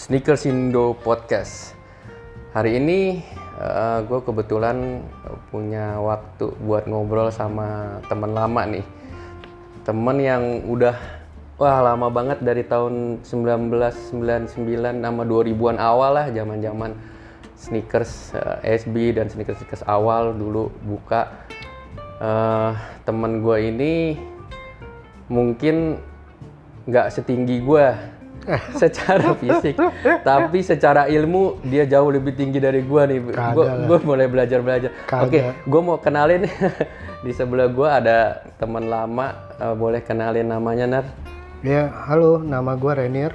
Sneakers Indo Podcast. Hari ini gue kebetulan punya waktu buat ngobrol sama teman lama nih. Temen yang udah lama banget dari tahun 1999 sama 2000-an awal lah, zaman-zaman sneakers SB dan sneakers awal dulu buka. Temen gue ini mungkin nggak setinggi gue secara fisik, tapi secara ilmu dia jauh lebih tinggi dari gue nih. Gue mulai belajar. Oke, gue mau kenalin. Di sebelah gue ada teman lama, boleh kenalin namanya, Nar? Ya, halo, nama gue Renier.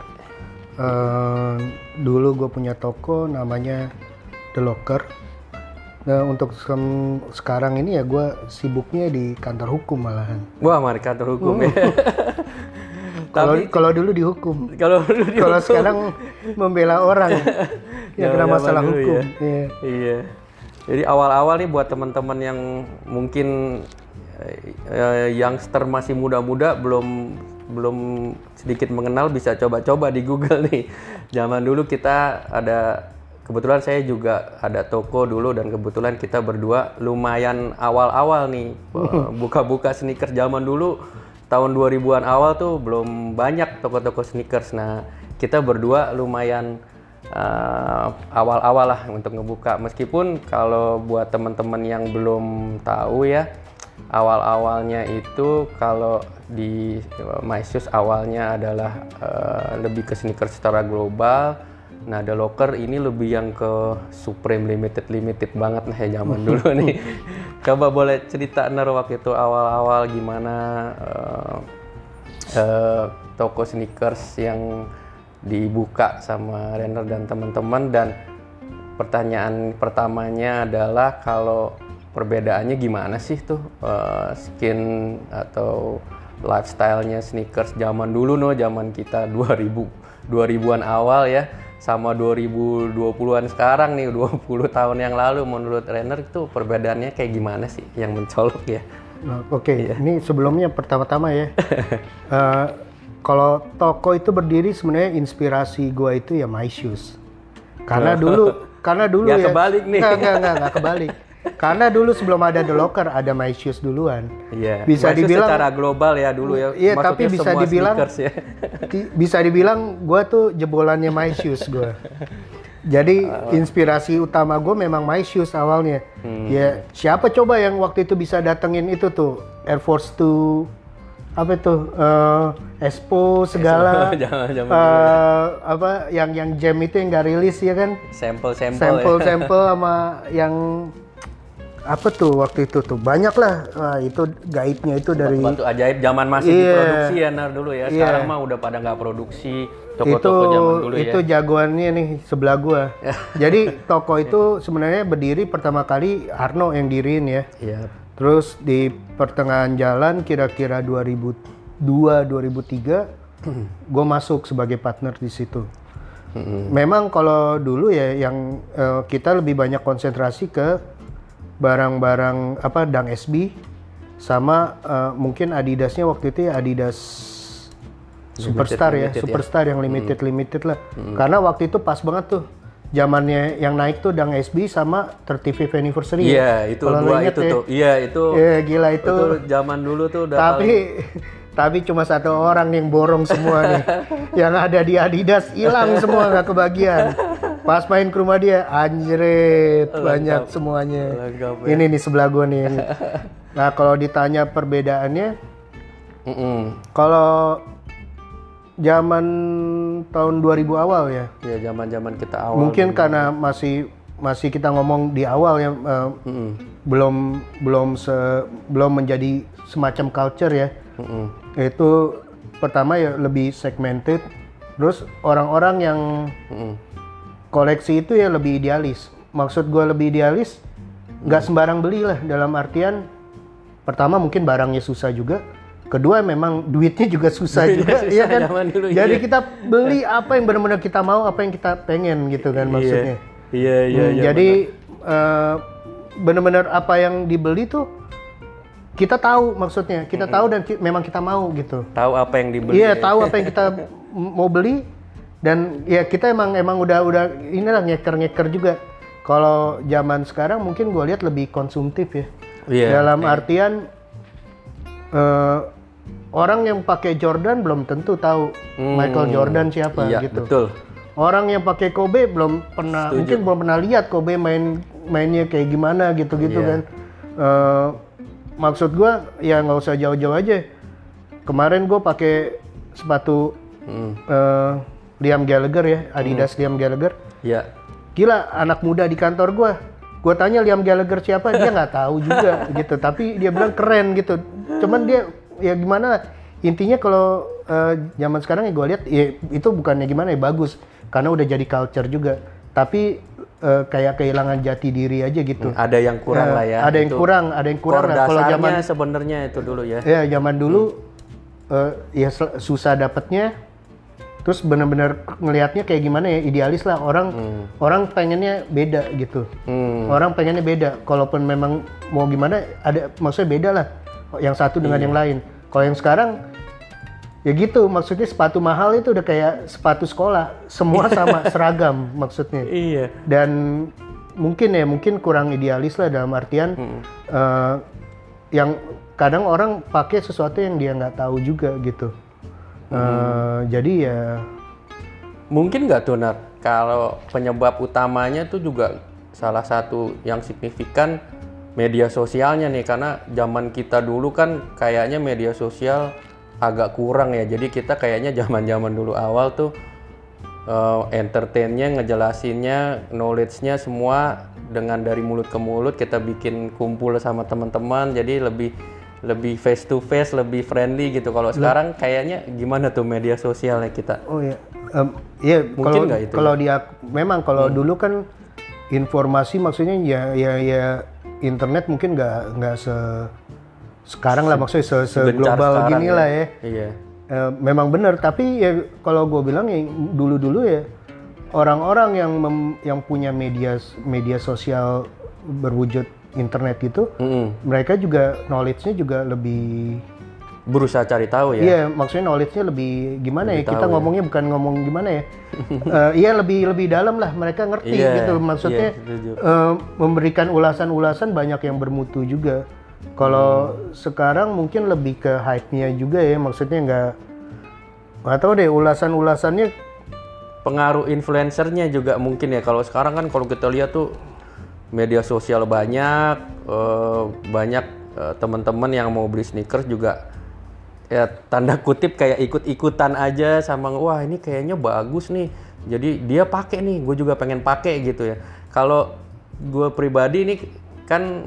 Dulu gue punya toko namanya The Locker. Nah, untuk sekarang ini ya gue sibuknya di kantor hukum malahan. Wah, mari kantor hukum ya. Kalau dulu dihukum. Kalau sekarang membela orang yang kena masalah hukum. Ya. Iya. Jadi awal-awal nih buat teman-teman yang mungkin youngster masih muda-muda belum sedikit mengenal, bisa coba-coba di Google nih. Zaman dulu kita kebetulan saya juga ada toko dulu, dan kebetulan kita berdua lumayan awal-awal nih buka-buka sneakers. Zaman dulu tahun 2000-an awal tuh belum banyak toko-toko sneakers. Nah, kita berdua lumayan awal-awal lah untuk ngebuka. Meskipun kalau buat teman-teman yang belum tahu ya, awal-awalnya itu kalau di MyShoes awalnya adalah lebih ke sneakers secara global. Nah, The Locker ini lebih yang ke Supreme limited banget lah ya zaman dulu nih. Coba boleh cerita, Ner, waktu itu awal-awal gimana toko sneakers yang dibuka sama Renner dan teman-teman. Dan pertanyaan pertamanya adalah kalau perbedaannya gimana sih tuh skin atau lifestyle-nya sneakers zaman dulu, zaman kita 2000-an awal ya, sama 2020-an sekarang nih, 20 tahun yang lalu. Menurut Renner itu perbedaannya kayak gimana sih yang mencolok ya? Oke, ini sebelumnya pertama-tama ya. Kalau toko itu berdiri sebenarnya inspirasi gua itu ya MyShoes. Karena dulu ya kebalik nih. Enggak kebalik. Karena dulu sebelum ada The Locker ada MyShoes duluan. Iya. Bisa MyShoes dibilang secara global ya dulu ya. Iya, tapi bisa dibilang ya. Bisa dibilang gue tuh jebolannya MyShoes gue. Jadi inspirasi utama gue memang MyShoes awalnya. Ya, siapa coba yang waktu itu bisa datengin itu tuh Air Force 2, apa itu Expo segala. Apa yang jam itu yang nggak rilis ya kan? Sampel sama yang apa tuh waktu itu tuh banyak lah. Itu gaibnya itu dari batu ajaib zaman masih diproduksi ya, Nar, dulu ya. Sekarang mah udah pada nggak produksi. Toko-toko zaman dulu itu ya. jagoannya nih sebelah gua. Jadi toko itu sebenarnya berdiri pertama kali Arno yang diriin ya. Iya. Terus di pertengahan jalan kira-kira 2002-2003 gue masuk sebagai partner di situ. Memang kalau dulu ya yang kita lebih banyak konsentrasi ke barang-barang Dunk SB sama mungkin Adidasnya waktu itu ya Adidas Superstar Superstar yang limited lah. Karena waktu itu pas banget tuh zamannya yang naik tuh Dunk SB sama 35th anniversary. Iya, itu dua itu tuh. Iya, itu. Iya, gila itu. Itu zaman dulu tuh udah Tapi cuma satu orang yang borong semua nih. Yang ada di Adidas hilang semua, nggak kebagian. Pas main ke rumah dia, anjret, banyak semuanya. Lengkap, ya. Ini nih sebelah gua nih. Nah, kalau ditanya perbedaannya, kalau zaman tahun 2000 awal ya. Ya, zaman-zaman kita awal. Mungkin karena masih kita ngomong di awal ya, belum menjadi semacam culture ya. Itu pertama ya lebih segmented. Terus orang-orang yang koleksi itu ya lebih idealis. Maksud gue lebih idealis, nggak sembarang beli lah. Dalam artian pertama mungkin barangnya susah juga. Kedua memang duitnya juga susah juga, iya kan? Dulu, jadi kita beli apa yang benar-benar kita mau, apa yang kita pengen gitu kan maksudnya. Iya. Jadi benar-benar apa yang dibeli tuh kita tahu maksudnya, tahu dan memang kita mau gitu. Tahu apa yang dibeli. Iya, tahu apa yang kita mau beli Dan ya kita emang udah inilah ngeker juga. Kalau zaman sekarang mungkin gue lihat lebih konsumtif ya. Dalam artian orang yang pakai Jordan belum tentu tahu Michael Jordan siapa gitu. Betul. Orang yang pakai Kobe belum pernah, mungkin belum pernah lihat Kobe mainnya kayak gimana gitu-gitu kan. Maksud gue ya nggak usah jauh-jauh aja. Kemarin gue pakai sepatu Liam Gallagher ya, Adidas Liam Gallagher. Iya. Gila, anak muda di kantor gue tanya Liam Gallagher siapa, dia nggak tahu juga gitu. Tapi dia bilang keren gitu. Cuman dia ya gimana? Intinya kalau zaman sekarang ya gue lihat ya itu bukannya gimana ya, bagus karena udah jadi culture juga. Tapi kayak kehilangan jati diri aja gitu. Ada yang kurang lah ya. Ada yang kurang lah. Kalau zaman sebenarnya itu dulu ya. Ya zaman dulu ya susah dapetnya. Terus benar-benar ngelihatnya kayak gimana ya, idealis lah orang pengennya beda gitu. Orang pengennya beda. Kalaupun memang mau gimana ada maksudnya beda lah. Yang satu dengan yang lain. Kalau yang sekarang ya gitu, maksudnya sepatu mahal itu udah kayak sepatu sekolah, semua sama seragam maksudnya. Iya. Dan mungkin kurang idealis lah dalam artian yang kadang orang pakai sesuatu yang dia nggak tahu juga gitu. Jadi ya mungkin nggak tuh Nat, kalau penyebab utamanya tuh juga salah satu yang signifikan media sosialnya nih, karena zaman kita dulu kan kayaknya media sosial agak kurang ya. Jadi kita kayaknya zaman dulu awal tuh entertainnya, ngejelasinnya, knowledge-nya semua dengan dari mulut ke mulut, kita bikin kumpul sama teman-teman, jadi lebih face to face, lebih friendly gitu. Kalau sekarang kayaknya gimana tuh media sosialnya kita? Oh iya, iya. Mungkin nggak itu? Kalau dia memang kalau dulu kan informasi maksudnya ya internet mungkin nggak sekarang lah, maksudnya global gini lah ya. Iya. Memang benar, tapi ya kalau gue bilang ya dulu ya orang-orang yang punya media sosial berwujud internet gitu, mereka juga knowledge-nya juga lebih berusaha cari tahu ya. Iya, maksudnya knowledge-nya lebih gimana lebih ya? Kita ngomongnya ya. Bukan ngomong gimana ya? Iya lebih dalam lah, mereka ngerti gitu. Maksudnya memberikan ulasan-ulasan banyak yang bermutu juga. Kalau sekarang mungkin lebih ke hype-nya juga ya, maksudnya nggak tahu deh ulasan-ulasannya. Pengaruh influencernya juga mungkin ya. Kalau sekarang kan kalau kita lihat tuh media sosial banyak teman-teman yang mau beli sneakers juga ya tanda kutip kayak ikut-ikutan aja sama, wah ini kayaknya bagus nih, jadi dia pakai nih, gue juga pengen pakai gitu ya. Kalau gue pribadi nih kan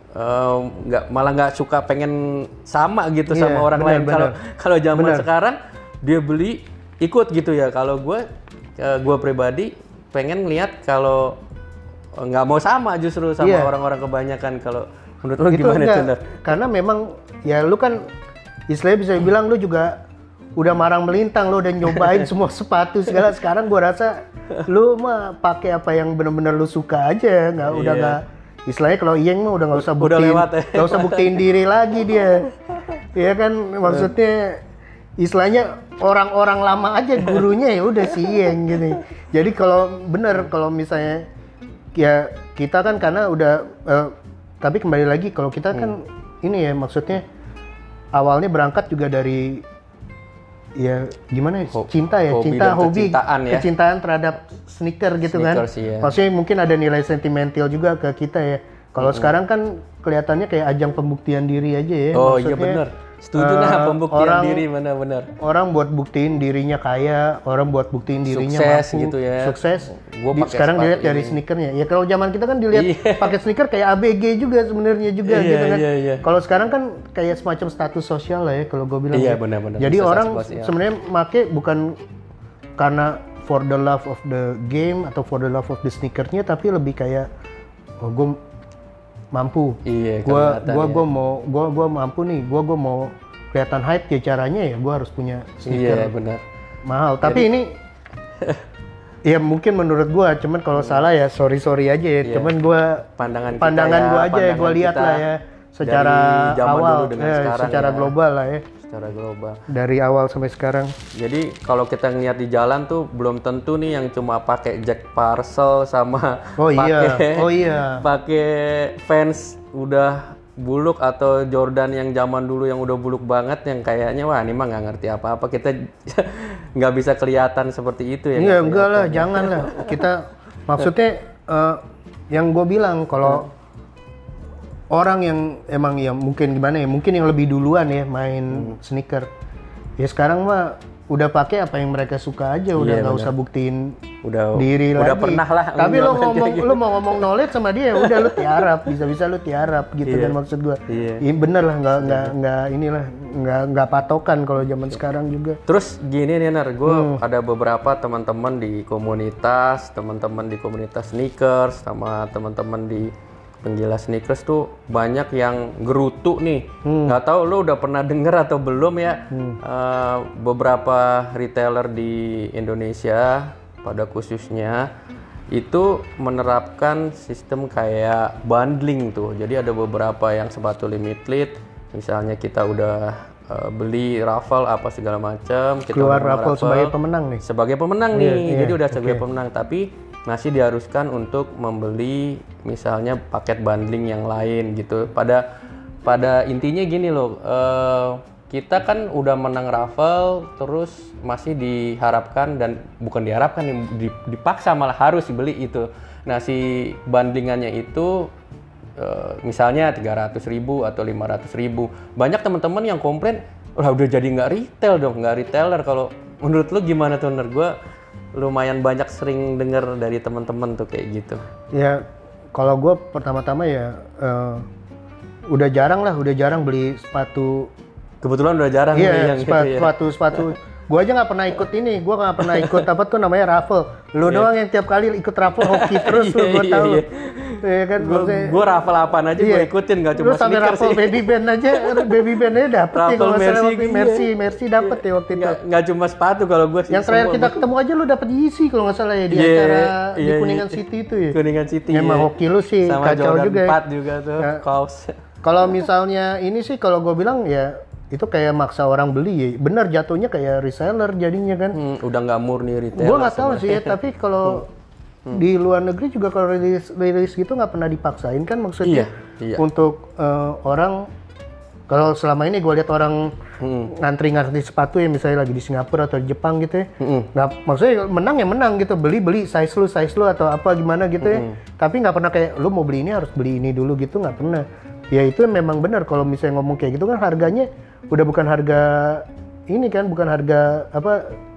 malah nggak suka pengen sama gitu sama orang lain. Kalau zaman sekarang dia beli ikut gitu ya. Kalau gue pribadi pengen lihat kalau nggak mau sama justru sama orang-orang kebanyakan. Kalau menurut lo gimana Chandra? Karena memang ya lu kan istilahnya bisa bilang lu juga udah marang melintang, lu udah nyobain semua sepatu segala. Sekarang gua rasa lu mah pakai apa yang benar-benar lu suka aja, nggak istilahnya kalau Iyeng mah udah nggak usah buktiin, nggak usah buktiin diri lagi dia. Ya kan, maksudnya istilahnya orang-orang lama aja gurunya ya udah si Iyeng gitu. Jadi kalau misalnya ya kita kan karena udah tapi kembali lagi kalau kita kan ini ya, maksudnya awalnya berangkat juga dari ya gimana ya, hobi kecintaan terhadap sneaker gitu kan. Iya. Maksudnya mungkin ada nilai sentimental juga ke kita ya. Kalau sekarang kan kelihatannya kayak ajang pembuktian diri aja ya. Oh iya benar. Setuju pembuktian diri benar-benar. Orang buat buktiin dirinya kaya, orang buat buktiin dirinya sukses mampu, gitu ya. Sukses. Sekarang dilihat dari sneakernya. Ya kalau zaman kita kan dilihat pakai sneaker kayak ABG juga sebenarnya juga gitu kan. Kalau sekarang kan kayak semacam status sosial lah ya kalau gue bilang. Iya benar-benar. Jadi orang sebenarnya make bukan karena for the love of the game atau for the love of the sneakernya, tapi lebih kayak gue mampu. Iya, gue mampu nih. Gue mau kelihatan hype ya, caranya ya gue harus punya sneaker. Iya, benar. Mahal. Tapi ini ya mungkin menurut gue, cuman kalau salah ya sorry aja ya. Cuman gue pandangan gue aja ya, gue lihat lah ya. secara dari zaman awal, dulu dengan sekarang secara ya. global lah ya. Secara global. Dari awal sampai sekarang. Jadi kalau kita ngeliat di jalan tuh belum tentu nih yang cuma pakai jack parcel sama pakai fans udah buluk atau Jordan yang zaman dulu yang udah buluk banget yang kayaknya wah ini mah nggak ngerti apa-apa, kita nggak bisa kelihatan seperti itu ya. Enggak lah, jangan lah. Kita maksudnya yang gue bilang kalau orang yang emang ya mungkin gimana ya, mungkin yang lebih duluan ya main sneaker. Ya sekarang mah udah pakai apa yang mereka suka aja, udah nggak usah buktiin diri udah lagi. Pernah lah. Tapi lo mau ngomong knowledge sama dia, udah lu tiarap, bisa-bisa lu tiarap gitu kan maksud gua. Iya bener lah, nggak patokan kalau zaman sekarang juga. Terus gini nih Ner, gue ada beberapa teman-teman di komunitas sneakers sama teman-teman di penggila sneakers tuh banyak yang gerutu nih. Nggak tahu lo udah pernah denger atau belum ya, beberapa retailer di Indonesia pada khususnya itu menerapkan sistem kayak bundling tuh. Jadi ada beberapa yang sepatu limited, misalnya kita udah beli raffle apa segala macam, kita keluar raffle sebagai pemenang nih. Jadi udah sebagai pemenang, tapi masih diharuskan untuk membeli misalnya paket bundling yang lain gitu. Pada intinya gini loh, kita kan udah menang raffle, terus masih diharapkan dan bukan diharapkan, dipaksa malah harus dibeli itu. Nah si bundlingannya itu misalnya 300.000 atau 500.000. Banyak teman-teman yang komplain, lah udah jadi nggak retail dong, nggak retailer. Kalau menurut lu gimana tuh? Menurut gue lumayan banyak sering dengar dari teman-teman tuh kayak gitu. Ya kalau gue pertama-tama ya udah jarang beli sepatu. Kebetulan udah jarang yang sepatu. Gue aja nggak pernah ikut ini, gue nggak pernah ikut apa tuh namanya raffle. Lu doang yang tiap kali ikut raffle hoki terus tuh, gue tahu. Ya kan, gue raffle apaan aja gue ikutin, nggak cuma sneakers. Lu sampai raffle baby band aja dapet ya kalau nggak salah. Mercy dapet ya waktu itu. Nggak cuma sepatu kalau gue sih. Yang terakhir kita ketemu aja lu dapet Yeezy kalau nggak salah ya di acara di Kuningan City itu ya. Kuningan City. Emang hoki lu sih sama kacau Jordan juga. 4 juga tuh kaos. Kalau misalnya ini sih kalau gue bilang ya itu kayak maksa orang beli ya. Bener jatuhnya kayak reseller jadinya kan. Udah nggak murni retail. Gue nggak tahu sih ya, tapi kalau di luar negeri juga kalau rilis gitu nggak pernah dipaksain kan maksudnya. Iya. Untuk orang, kalau selama ini gue lihat orang ngantri sepatu ya misalnya lagi di Singapura atau di Jepang gitu ya. Nggak, maksudnya menang ya menang gitu, beli size lu atau apa gimana gitu ya. Tapi nggak pernah kayak lu mau beli ini harus beli ini dulu gitu, nggak pernah. Ya itu memang benar kalau misalnya ngomong kayak gitu kan harganya udah bukan harga ini kan, bukan harga apa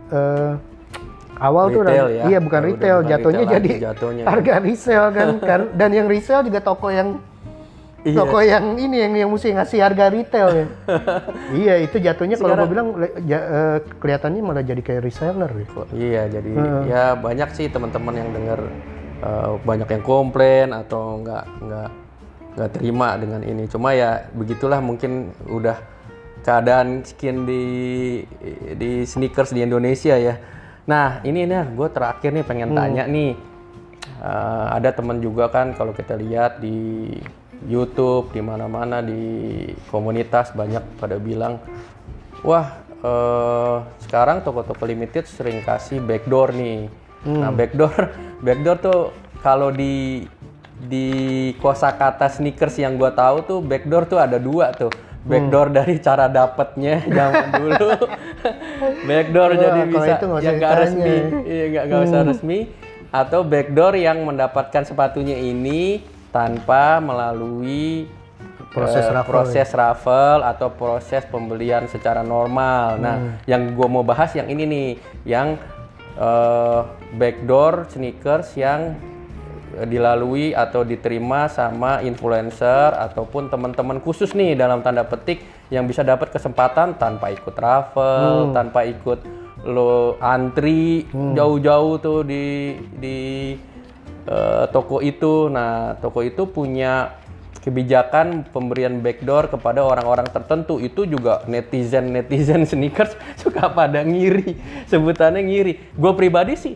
awal retail, tuh ya. Iya bukan retail, jatuhnya jadi harga resell kan. Dan yang resell juga toko yang ini yang mesti ngasih harga retail ya. Iya itu jatuhnya kalau gue bilang kelihatannya malah jadi kayak reseller ya. Iya jadi ya banyak sih teman-teman yang dengar banyak yang komplain atau nggak terima dengan ini. Cuma ya begitulah mungkin udah keadaan skin di sneakers di Indonesia ya. Nah ini gue terakhir nih pengen tanya nih, ada teman juga kan kalau kita lihat di YouTube di mana-mana di komunitas banyak pada bilang, wah sekarang toko-toko limited sering kasih backdoor nih. Nah backdoor tuh kalau di kosakata sneakers yang gue tahu tuh backdoor tuh ada dua tuh. Backdoor dari cara dapetnya zaman dulu. Backdoor jadi bisa yang nggak resmi, nggak usah resmi. Atau backdoor yang mendapatkan sepatunya ini tanpa melalui proses raffle atau proses pembelian secara normal. Nah, yang gue mau bahas yang ini nih, yang backdoor sneakers yang dilalui atau diterima sama influencer ataupun teman-teman khusus nih dalam tanda petik yang bisa dapat kesempatan tanpa ikut raffle, tanpa ikut lo antri jauh-jauh tuh di toko itu. Nah, toko itu punya kebijakan pemberian backdoor kepada orang-orang tertentu. Itu juga netizen sneakers suka pada ngiri, sebutannya ngiri. Gue pribadi sih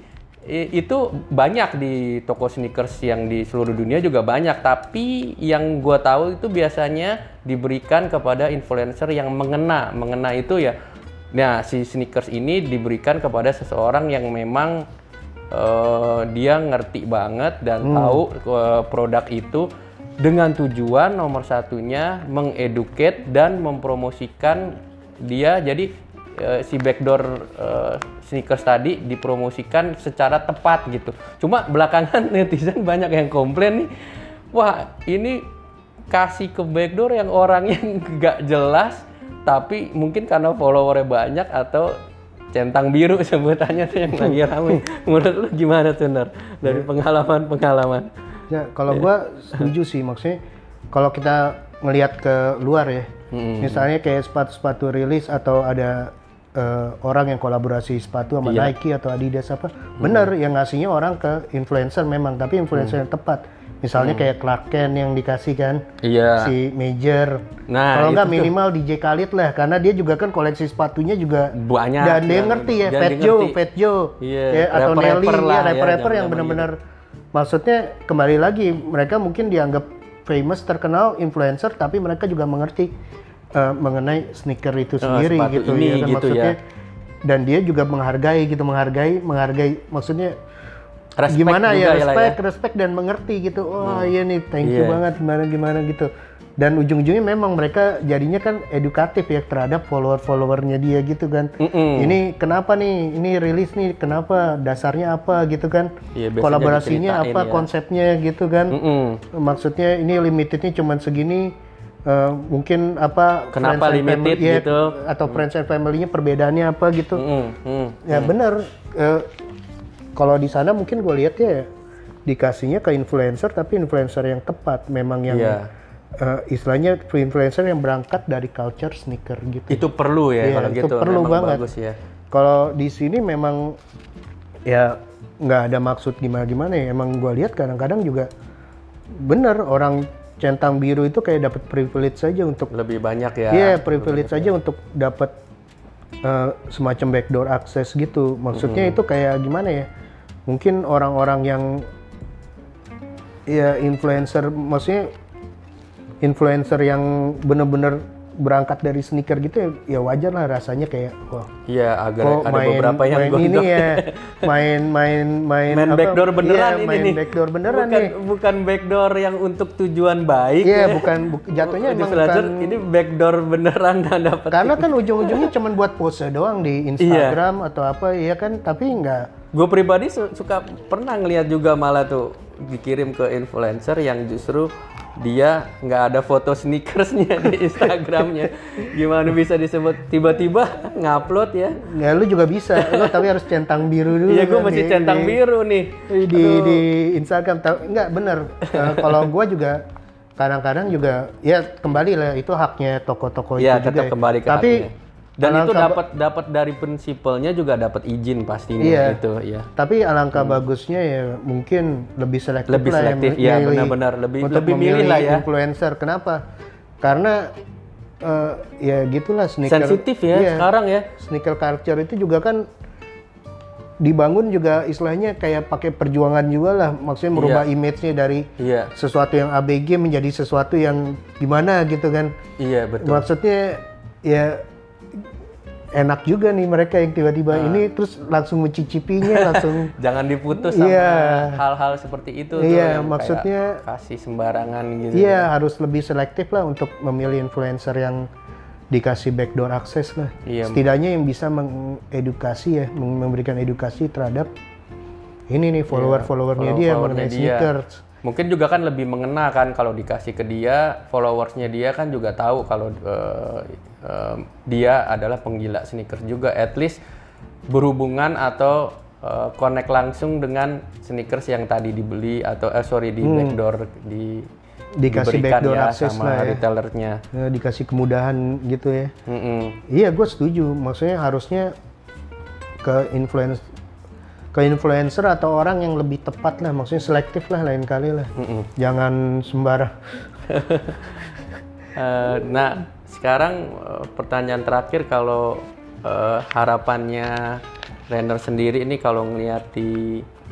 itu banyak di toko sneakers yang di seluruh dunia juga banyak, tapi yang gua tahu itu biasanya diberikan kepada influencer yang mengena itu ya. Nah, si sneakers ini diberikan kepada seseorang yang memang dia ngerti banget dan tahu produk itu dengan tujuan nomor satunya mengeduket dan mempromosikan dia. Jadi si backdoor sneakers tadi dipromosikan secara tepat gitu. Cuma belakangan netizen banyak yang komplain nih, wah ini kasih ke backdoor yang orangnya nggak jelas, tapi mungkin karena followernya banyak atau centang biru sebutannya tuh yang lagi rame. Menurut lu gimana tuh, Ner? Dari pengalaman? Ya, kalau gua setuju sih, maksudnya kalau kita ngelihat ke luar ya, misalnya kayak sepatu-sepatu rilis atau ada orang yang kolaborasi sepatu sama Nike atau Adidas apa, bener yang ngasihnya orang ke influencer memang, tapi influencer yang tepat. Misalnya kayak Clark Kent yang dikasih kan, si Major. Nah, kalau nggak minimal DJ Khalid lah, karena dia juga kan koleksi sepatunya juga banyak. Dan dia ngerti ya, Fat Joe, ya, atau Nelly, ya, rapper-rapper yang benar-benar, maksudnya kembali lagi mereka mungkin dianggap famous, terkenal, influencer, tapi mereka juga mengerti mengenai sneaker itu sendiri gitu ini, ya kan, gitu maksudnya ya. Dan dia juga menghargai maksudnya Respect gimana ya, ya, respect dan mengerti gitu. Oh iya nih, thank you banget, gimana gitu. Dan ujung-ujungnya memang mereka jadinya kan edukatif ya terhadap followernya dia gitu kan. Ini kenapa nih, ini rilis nih, kenapa, dasarnya apa gitu kan. Kolaborasinya apa, konsepnya gitu kan. Maksudnya ini limitednya cuma segini, mungkin apa, kenapa limited family, gitu atau friends and family-nya perbedaannya apa gitu. Ya benar. Kalau di sana mungkin gue lihat ya dikasihnya ke influencer, tapi influencer yang tepat, memang yang istilahnya influencer yang berangkat dari culture sneaker gitu. Itu perlu ya, kalau gitu. Itu perlu memang banget. Bagus ya. Kalau di sini memang ya nggak ada maksud gimana ya. Emang gue lihat kadang-kadang juga bener orang centang biru itu kayak dapat privilege saja untuk lebih banyak ya. Iya, privilege saja untuk dapat semacam backdoor akses gitu. Maksudnya itu kayak gimana ya? Mungkin orang-orang yang ya influencer, maksudnya influencer yang bener-bener berangkat dari sneaker gitu ya wajar lah rasanya kayak wah. Iya, ada beberapa yang main ini ya, main backdoor beneran ya, ini nih. Backdoor beneran nih. Bukan backdoor yang untuk tujuan baik. Iya, jatuhnya emang bukan. Ini backdoor beneran dapat. Karena kan ujung-ujungnya cuma buat pose doang di Instagram atau apa ya kan, tapi enggak. Gue pribadi suka pernah ngeliat juga malah tuh dikirim ke influencer yang justru dia nggak ada foto sneakersnya di Instagramnya. Gimana bisa disebut tiba-tiba ngupload ya? Ya lu juga bisa, lu tapi harus centang biru dulu. Iya, gue masih centang biru nih di Instagram. Enggak bener. Kalau gue juga kadang-kadang juga ya kembali lah, itu haknya toko-toko itu juga. Iya, tetap kembali ke tapi haknya. Dan itu dapat dari prinsipalnya juga dapat izin pastinya itu ya. Tapi alangkah bagusnya ya mungkin lebih selektif ya, benar-benar lebih milih lah ya influencer. Kenapa? Karena ya gitulah sneaker sensitif ya sekarang ya. Sneaker culture itu juga kan dibangun juga istilahnya kayak pakai perjuangan juga lah, maksudnya merubah image-nya dari sesuatu yang ABG menjadi sesuatu yang gimana gitu kan. Iya, betul. Maksudnya ya enak juga nih mereka yang tiba-tiba ini terus langsung mencicipinya langsung. Jangan diputus sama hal-hal seperti itu tuh yang maksudnya kasih sembarangan gitu. Iya, harus lebih selektif lah untuk memilih influencer yang dikasih backdoor akses lah. Setidaknya yang bisa mengedukasi ya, memberikan edukasi terhadap ini nih followernya dia mengenai sneakers. Mungkin juga kan lebih mengena kan kalau dikasih ke dia, followersnya dia kan juga tahu kalau dia adalah penggila sneakers juga, at least berhubungan atau connect langsung dengan sneakers yang tadi dibeli atau di backdoor dikasih backdoor akses sama retailernya, dikasih kemudahan gitu ya. Iya, gue setuju. Maksudnya harusnya ke influencer atau orang yang lebih tepat lah, maksudnya selektif lah lain kali lah. Jangan sembarang. Nah, sekarang pertanyaan terakhir, kalau harapannya Renner sendiri ini kalau ngeliat di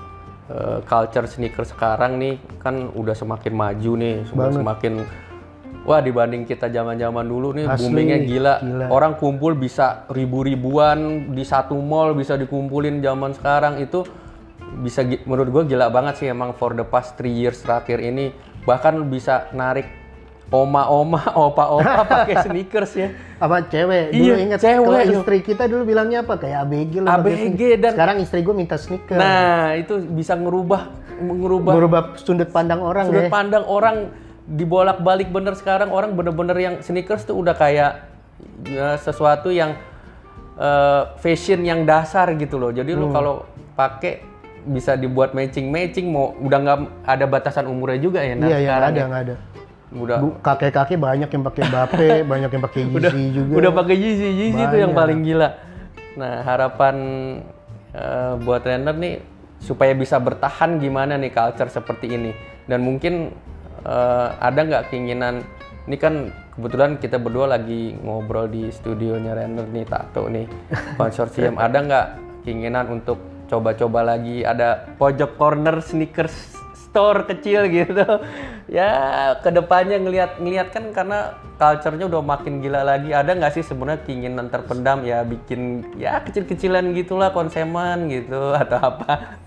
culture sneaker sekarang nih kan udah semakin maju nih, semakin wah dibanding kita zaman-zaman dulu nih Asli, boomingnya gila. gila. Orang kumpul bisa ribu-ribuan di satu mall bisa dikumpulin zaman sekarang itu bisa menurut gue gila banget sih emang for the past 3 years terakhir ini bahkan bisa narik oma-oma, opa-opa pakai sneakers ya. Apa cewek? Dulu Iya, ingat cewek. kalau istri kita dulu bilangnya apa? Kayak ABG lah. ABG dan sekarang istri gue minta sneaker. nah itu bisa Merubah sudut pandang orang sudut ya. pandang orang dibolak-balik bener sekarang orang bener-bener yang sneakers tuh udah kayak sesuatu yang fashion yang dasar gitu loh. Jadi lu kalau pakai bisa dibuat matching mau udah nggak ada batasan umurnya juga ya. Nah, Iya, nggak ada. Udah Kakek-kakek banyak yang pakai Bape, banyak yang pakai Yeezy juga. udah pakai Yeezy itu yang paling gila. Nah harapan buat Renner nih supaya bisa bertahan gimana nih culture seperti ini dan mungkin ada nggak keinginan ini kan kebetulan kita berdua lagi ngobrol di studionya Renner nih Tato nih konsorsium ada nggak keinginan untuk coba-coba lagi ada pojok corner sneakers store kecil gitu ya kedepannya ngelihat kan karena culture-nya udah makin gila lagi ada nggak sih sebenarnya keinginan terpendam ya bikin ya kecil-kecilan gitulah konseman gitu atau apa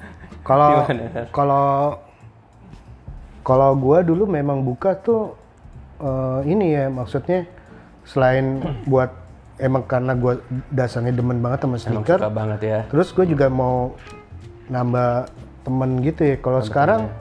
kalau gua dulu memang buka tuh ini ya maksudnya selain buat emang karena gua dasarnya demen banget sama sneaker suka banget ya terus gua juga mau nambah temen gitu ya kalau sekarang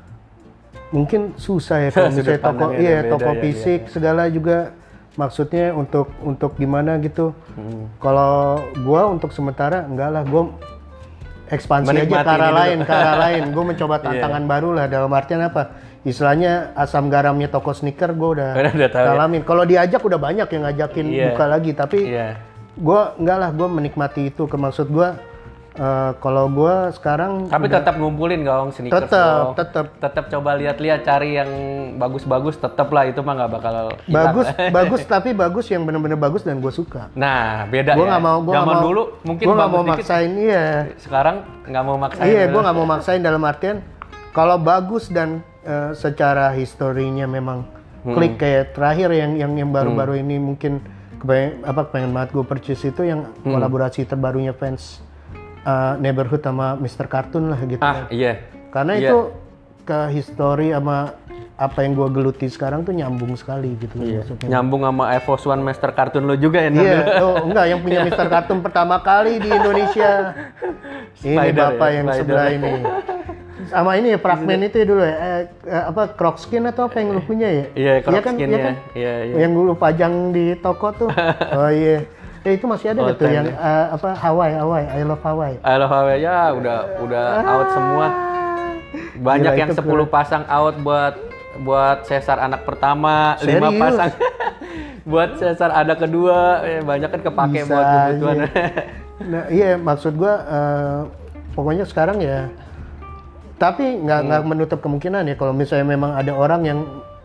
mungkin susah ya kalau misalnya toko fisik segala juga maksudnya untuk gimana gitu kalau gua untuk sementara enggak lah gua ekspansi aja ke arah lain gua mencoba tantangan baru lah dalam artian apa istilahnya asam garamnya toko sneaker gue udah ngalamin. Kalau diajak udah banyak yang ngajakin buka lagi, tapi gue enggak lah, gue menikmati itu. Maksud gue kalau gue sekarang tapi tetap ngumpulin gawang sneakers tetap coba lihat-lihat cari yang bagus-bagus tetap lah itu mah nggak bakal bagus tapi bagus yang benar-benar bagus dan gue suka. Nah beda gua ya. Zaman mau, dulu mungkin gue nggak mau dikit, maksain sekarang nggak mau maksain. Iya gue nggak mau maksain dalam artian kalau bagus dan secara historinya memang klik kayak terakhir yang baru-baru ini mungkin pengen banget gue purchase itu yang kolaborasi terbarunya fans Neighborhood sama Mr. Cartoon lah gitu. Iya. Karena itu ke history sama apa yang gue geluti sekarang tuh nyambung sekali gitu maksudnya. Nyambung sama Air Force One Mr. Cartoon lo juga ya? Iya, enggak yang punya Mr. Cartoon pertama kali di Indonesia. Ini bapak yang sebelah ini. Sama ini ya fragmen itu ya dulu ya Croc Skin atau apa yang lu punya ya? Iya, Croc Skin ya. Iya. Yang lu pajang di toko tuh. Oh iya. Itu masih ada gitu yang Hawaii, I love Hawaii. I love Hawaii ya udah out semua. Banyak gila, yang 10 pasang out buat sesar anak pertama, 5 pasang buat sesar anak kedua, banyak kan kepake buat kebutuhan. Nah, iya maksud gua pokoknya sekarang ya tapi nggak menutup kemungkinan ya kalau misalnya memang ada orang yang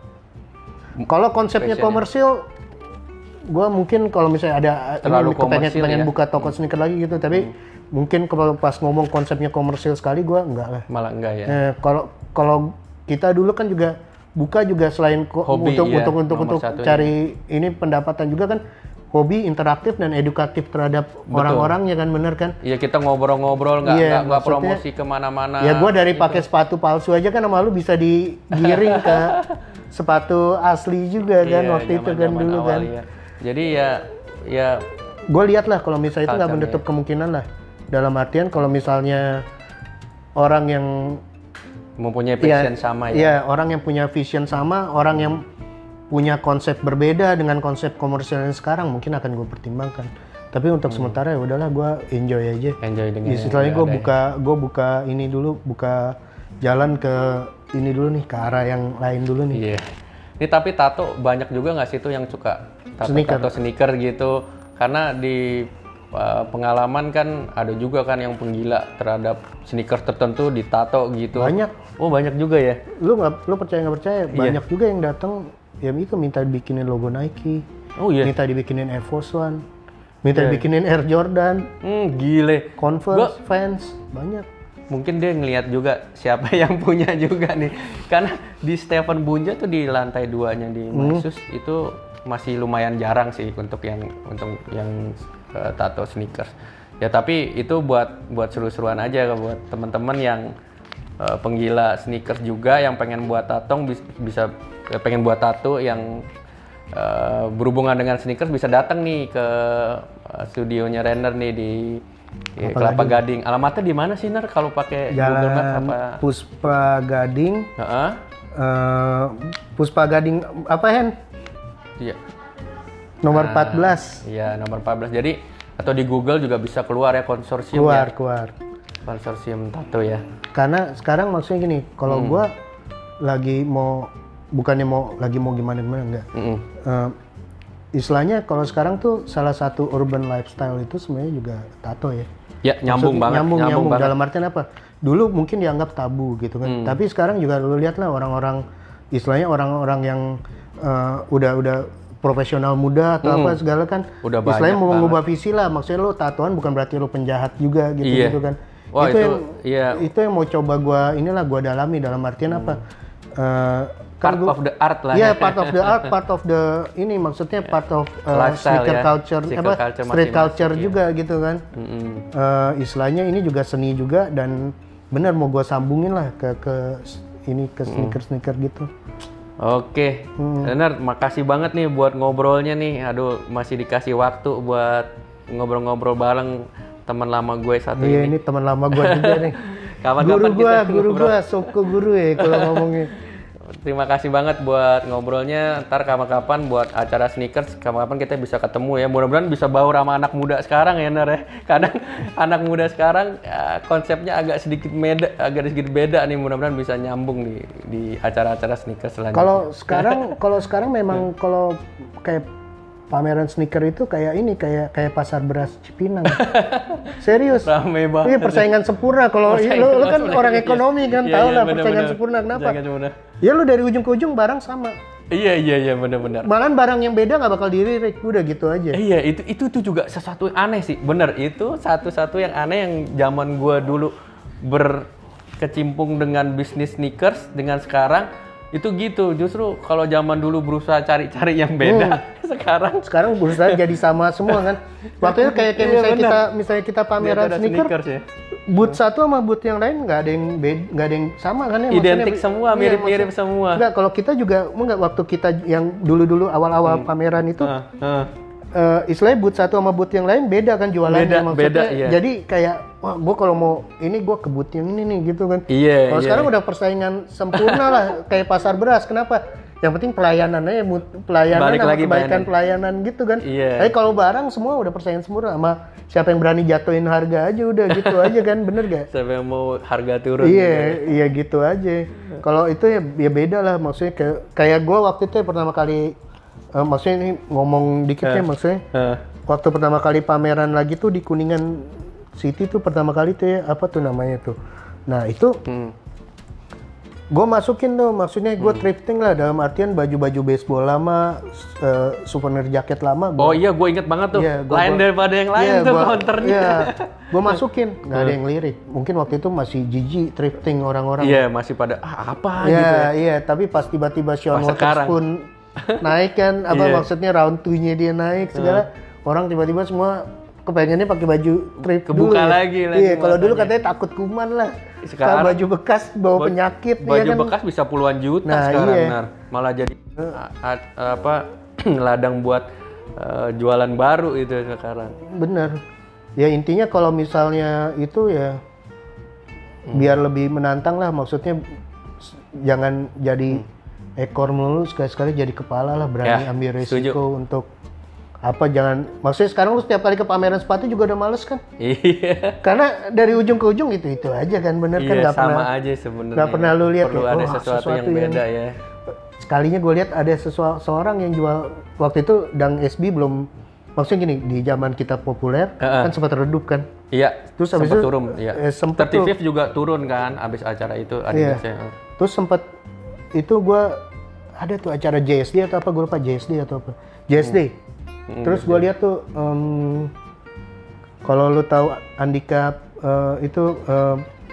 kalau konsepnya komersil gue mungkin kalau misalnya ada pengen buka toko sneaker lagi gitu tapi mungkin kalau pas ngomong konsepnya komersil sekali gue enggak lah malah enggak ya kalau kita dulu kan juga buka juga selain hobi, untuk cari ini pendapatan juga kan hobi interaktif dan edukatif terhadap orang-orang ya kan bener kan? Iya kita ngobrol-ngobrol nggak promosi kemana-mana. Ya gue dari pakai sepatu palsu aja kan sama lu bisa digiring ke sepatu asli juga kan waktu itu kan dulu kan. Ya. Jadi ya gue lihat lah kalau misalnya itu nggak menutup kemungkinan lah dalam artian kalau misalnya orang yang mempunyai vision sama ya. Iya orang yang punya vision sama orang yang punya konsep berbeda dengan konsep komersial yang sekarang mungkin akan gue pertimbangkan. Tapi untuk sementara ya udahlah gue enjoy aja. Enjoy dengan. Istilahnya gue buka ini dulu, buka jalan ke ini dulu nih ke arah yang lain dulu nih. Iya. Ini tapi tato banyak juga nggak sih tuh yang suka tato sneaker gitu? Karena di pengalaman kan ada juga kan yang penggila terhadap sneaker tertentu ditato gitu. Banyak. Oh banyak juga ya. Lu percaya nggak percaya? Banyak juga yang datang. Ya itu minta dibikinin logo Nike, minta dibikinin Air Force One, minta dibikinin Air Jordan, gile, Converse, Vans, banyak. mungkin dia ngelihat juga siapa yang punya juga nih. Karena di Stephen Bunja tuh di lantai 2-nya di Mysus itu masih lumayan jarang sih untuk yang tato sneakers. Ya tapi itu buat seru-seruan aja buat teman-teman yang penggila sneakers juga yang pengen buat pengen buat tato yang berhubungan dengan sneakers bisa datang nih ke studionya Renner nih di Kelapa Gading. Alamatnya di mana sih Ner kalau pakai Google Maps apa? Puspa Gading. Puspa Gading apa Hen? Iya. Nomor 14. Iya, nomor 14. Jadi atau di Google juga bisa keluar ya konsorsium keluar. Konsorsium tato ya. Karena sekarang maksudnya gini, kalau gua lagi mau gimana enggak. Istilahnya kalau sekarang tuh salah satu urban lifestyle itu sebenarnya juga tato ya. Ya, nyambung banget. Nyambung banget. Dalam artian apa? Dulu mungkin dianggap tabu gitu kan. Tapi sekarang juga lu lihat lah orang-orang istilahnya orang-orang yang udah profesional muda atau apa segala kan. Udah istilahnya mau banget. mengubah visi lah. Maksudnya lu tatoan bukan berarti lu penjahat juga gitu kan. Wah, itu yang mau coba gua dalami dalam artian apa? Part of the art lah. Iya, part of the art, part of the ini maksudnya part of sneaker culture, street culture juga gitu kan. Istilahnya ini juga seni juga dan benar mau gua sambungin lah ke sneaker gitu. Oke, Renner, makasih banget nih buat ngobrolnya nih. Aduh, masih dikasih waktu buat ngobrol-ngobrol bareng teman lama gue satu ini. Iya, ini teman lama gue juga nih. Guru gua, Soko guru ya kalau ngomongin. Terima kasih banget buat ngobrolnya. Ntar kapan-kapan buat acara sneakers, kapan-kapan kita bisa ketemu ya. Mudah-mudahan bisa baur sama anak muda sekarang ya, Ner ya. Kadang anak muda sekarang konsepnya agak sedikit beda nih. Mudah-mudahan bisa nyambung di acara-acara sneakers selanjutnya. Kalau sekarang memang kalau kayak pameran sneaker itu kayak pasar beras Cipinang. Serius. Rame banget. Iya, persaingan sempurna. Kalau lu kan orang ekonomi kan tahu lah persaingan sempurna kenapa? Ya lu dari ujung ke ujung barang sama. Iya benar. Malahan barang yang beda nggak bakal dilirik, udah gitu aja. Iya, itu juga sesuatu yang aneh sih. Bener, itu satu-satu yang aneh yang zaman gua dulu berkecimpung dengan bisnis sneakers dengan sekarang itu gitu. Justru kalau zaman dulu berusaha cari-cari yang beda, sekarang berusaha jadi sama semua kan. Waktu itu kayak misalnya kita pameran sneakers ya. Boot satu sama boot yang lain nggak ada yang sama kan ya. Identik semua, mirip-mirip semua. Enggak, kalau kita juga waktu kita yang dulu maksudnya pameran itu istilahnya boot satu sama boot yang lain beda kan jualannya maksudnya. Beda, iya. Jadi kayak wah gua kalau mau ini gua ke boot yang ini nih gitu kan. Iya. Kalau sekarang udah persaingan sempurna lah kayak pasar beras. Kenapa? Yang penting pelayanannya sama kebaikan pelayanan gitu kan. Iya. Tapi kalau barang semua udah persaingan sempurna sama siapa yang berani jatuhin harga aja udah gitu aja kan, bener gak? Siapa yang mau harga turun? Iya gitu aja. Kalau itu ya beda lah maksudnya kayak gue waktu itu pertama kali maksudnya ini ngomong dikitnya maksudnya waktu pertama kali pameran lagi tuh di Kuningan City tuh pertama kali tuh ya apa tuh namanya tuh. Nah itu gue masukin tuh, maksudnya gue thrifting lah dalam artian baju-baju baseball lama, souvenir jaket lama. Oh iya, gue inget banget tuh. Lain daripada yang lain tuh counternya. Iya, gue masukin, nggak ada yang lirik. Mungkin waktu itu masih jijik thrifting orang-orang. Iya, masih pada apa gitu ya. Iya, tapi pas tiba-tiba Sean Waterspoon naik kan, maksudnya round 2-nya dia naik segala, orang tiba-tiba semua kepengennya pakai baju thrift kebuka dulu. lagi. Iya, kalau dulu katanya takut kuman lah. Sekarang baju bekas bawa penyakit. Baju ya kan? Bekas bisa puluhan juta sekarang, malah jadi ladang buat jualan baru itu sekarang. Bener. Ya intinya kalau misalnya itu ya biar lebih menantang lah, maksudnya jangan jadi ekor melulu, sekali-sekali jadi kepala lah, berani ambil resiko untuk jangan, maksudnya sekarang lu setiap kali ke pameran sepatu juga udah males kan? Iya. Karena dari ujung ke ujung itu aja kan, bener kan? Nggak sama aja sebenarnya. Nggak pernah lu lihat perlu ada sesuatu yang beda ya. Sekalinya gue lihat ada seorang yang jual waktu itu Dang SB belum, maksudnya gini, di zaman kita populer kan sempat redup kan? Iya. Terus sempat turun. Iya. Tertivif juga turun kan, abis acara itu Adidasnya. Terus sempat itu gue ada tuh acara JSD atau apa, gue lupa JSD atau apa. JSD. Terus gue lihat tuh kalau lu tahu Andika itu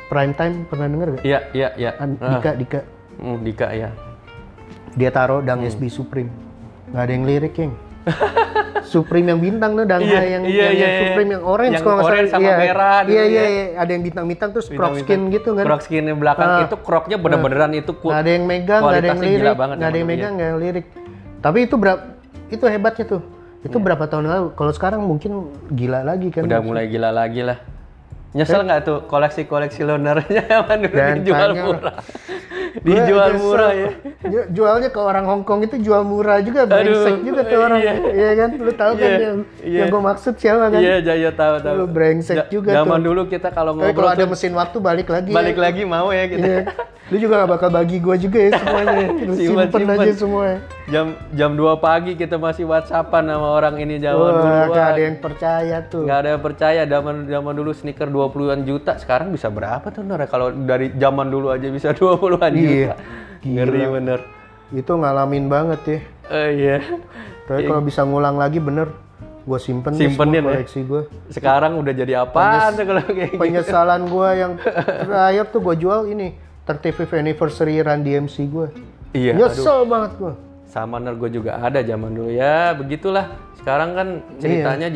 Prime Time pernah denger gak? Iya. Dika. Dika ya. Dia taruh Dang SB Supreme. Nggak ada yang lirik, Yang. Supreme yang bintang tuh, Dang yang Supreme yang orange yang kalau nggak orange salah. sama merah. Iya. Ada yang bintang-bintang terus crop skin gitu kan. Crop skin di belakang itu crocnya bener-beneran itu nggak ada yang megang, nggak ada yang lirik, nggak ada yang megang, nggak ada yang lirik. Tapi itu hebatnya tuh. Itu berapa tahun lalu? Kalau sekarang mungkin gila lagi kan. Udah mulai gila lagi lah. Nyesel nggak tuh koleksi lonernya yang dulu dijual murah? Dijual murah ya. Jualnya ke orang Hongkong itu jual murah juga, brengsek juga tuh orang. Iya kan? Lu tahu kan yang gue maksud siapa kan? Iya tahu. Lu brengsek juga tuh. Zaman dulu kita kalau ngobrol kalau ada mesin waktu balik lagi. Balik lagi mau ya kita. Iya. Lu juga gak bakal bagi gue juga ya semuanya. Lu simpen aja semuanya. Jam 2 pagi kita masih WhatsAppan sama orang ini zaman dulu. Gak ada yang percaya tuh. Gak ada yang percaya. Zaman dulu sneaker 20-an juta. Sekarang bisa berapa tuh Nora? Kalau dari zaman dulu aja bisa 20-an juta. Ngeri bener. Itu ngalamin banget ya. Iya. Tapi kalau bisa ngulang lagi bener. Gue simpenin koleksi gue. Sekarang udah jadi apaan tuh kalau kayak gitu. Penyesalan gue yang terakhir tuh gue jual ini. 35th anniversary Run DMC gue. Iya. Nyesel banget gue. Sama gue juga ada zaman dulu ya. Begitulah. Sekarang kan ceritanya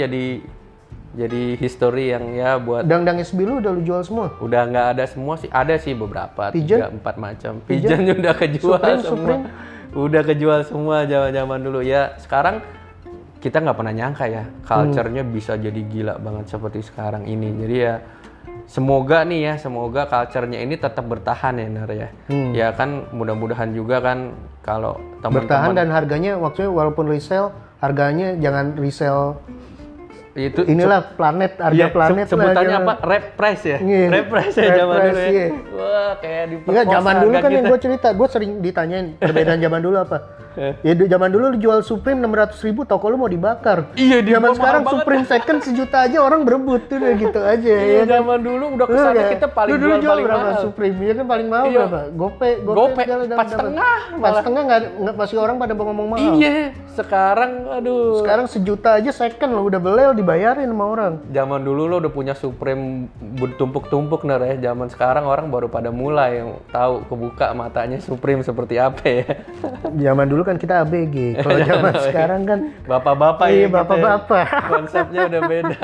jadi history yang ya buat. Dang SB lu udah lu jual semua? Udah nggak ada semua sih. Ada sih beberapa. Pigeon? 3-4 macam. Pigeon udah kejual semua. Udah kejual semua zaman dulu ya. Sekarang kita nggak pernah nyangka ya. Culture-nya bisa jadi gila banget seperti sekarang ini. Jadi ya. Semoga culture-nya ini tetap bertahan ya Nar ya. Ya kan mudah-mudahan juga kan kalau teman-teman bertahan dan harganya maksudnya walaupun resell harganya jangan resell itu inilah planet harga planet sebutannya apa? Rap price ya? Rap price ya zaman dulu ya. Iya. Wah kayak di zaman dulu kan yang gue cerita, gue sering ditanyain perbedaan zaman dulu apa. Ya zaman dulu lu jual Supreme 600.000 toko lu mau dibakar. Iya, zaman sekarang Supreme second 1 juta aja orang berebut tuh gitu aja. Iya, zaman dulu udah kesana kita paling jual paling berapa mahal. Supreme ya kan paling mahal berapa? Gope 4,5 nggak masih orang pada ngomong mahal. Iya, sekarang aduh. Sekarang 1 juta aja second lo udah belel dibayarin sama orang. Zaman dulu lo udah punya Supreme bertumpuk-tumpuk Nar ya. Zaman sekarang orang baru pada mulai yang tahu kebuka matanya Supreme seperti apa ya. Zaman dulu kan kita ABG. Kalau zaman sekarang kan bapak-bapak ya. Iya, bapak-bapak. Konsepnya udah beda.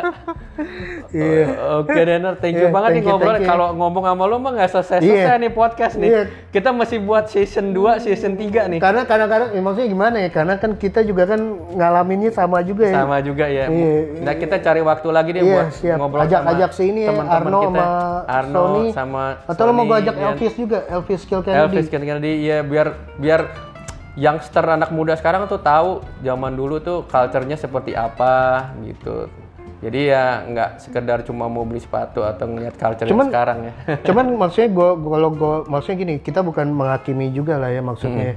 Iya. Oke, Denar, thank you banget nih ngobrol. Kalau ngomong sama lo mah nggak selesai nih podcast nih. Iya. Kita masih buat season 2, season 3 nih. Karena maksudnya gimana ya? Karena kan kita juga kan ngalaminnya sama juga ya. Sama juga ya. Iya. Nah, kita cari waktu lagi deh buat ngobrol ajak sini ya, teman-teman kita. Arno Sony, sama atau lo mau gue ajak Elvis juga, Elvis Kill Kennedy. Ya biar youngster anak muda sekarang tuh tahu zaman dulu tuh culture-nya seperti apa gitu. Jadi ya nggak sekedar cuma mau beli sepatu atau ngeliat culture sekarang ya. Cuman maksudnya maksudnya gini, kita bukan menghakimi juga lah ya maksudnya.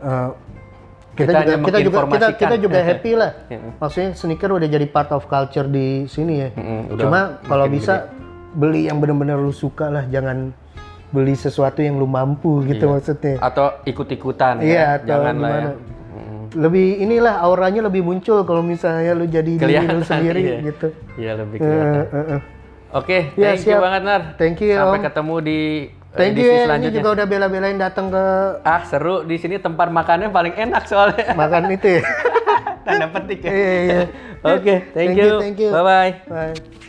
Kita juga happy lah. Maksudnya sneaker udah jadi part of culture di sini ya. Cuma kalau bisa beli yang benar-benar lu suka lah, jangan beli sesuatu yang lu mampu gitu maksudnya. Atau ikut-ikutan ya. Jangan lah ya. Lebih inilah auranya lebih muncul kalau misalnya lu jadi diri lu sendiri gitu. Iya lebih kelihatan. Oke, thank you banget Nar. Thank you. Sampai ketemu di thank you ya, ini juga udah bela-belain datang ke seru di sini tempat makannya paling enak soalnya. Makan itu ya. Tanda petik ya. Iya. Oke, thank you. Thank you. Bye. Bye.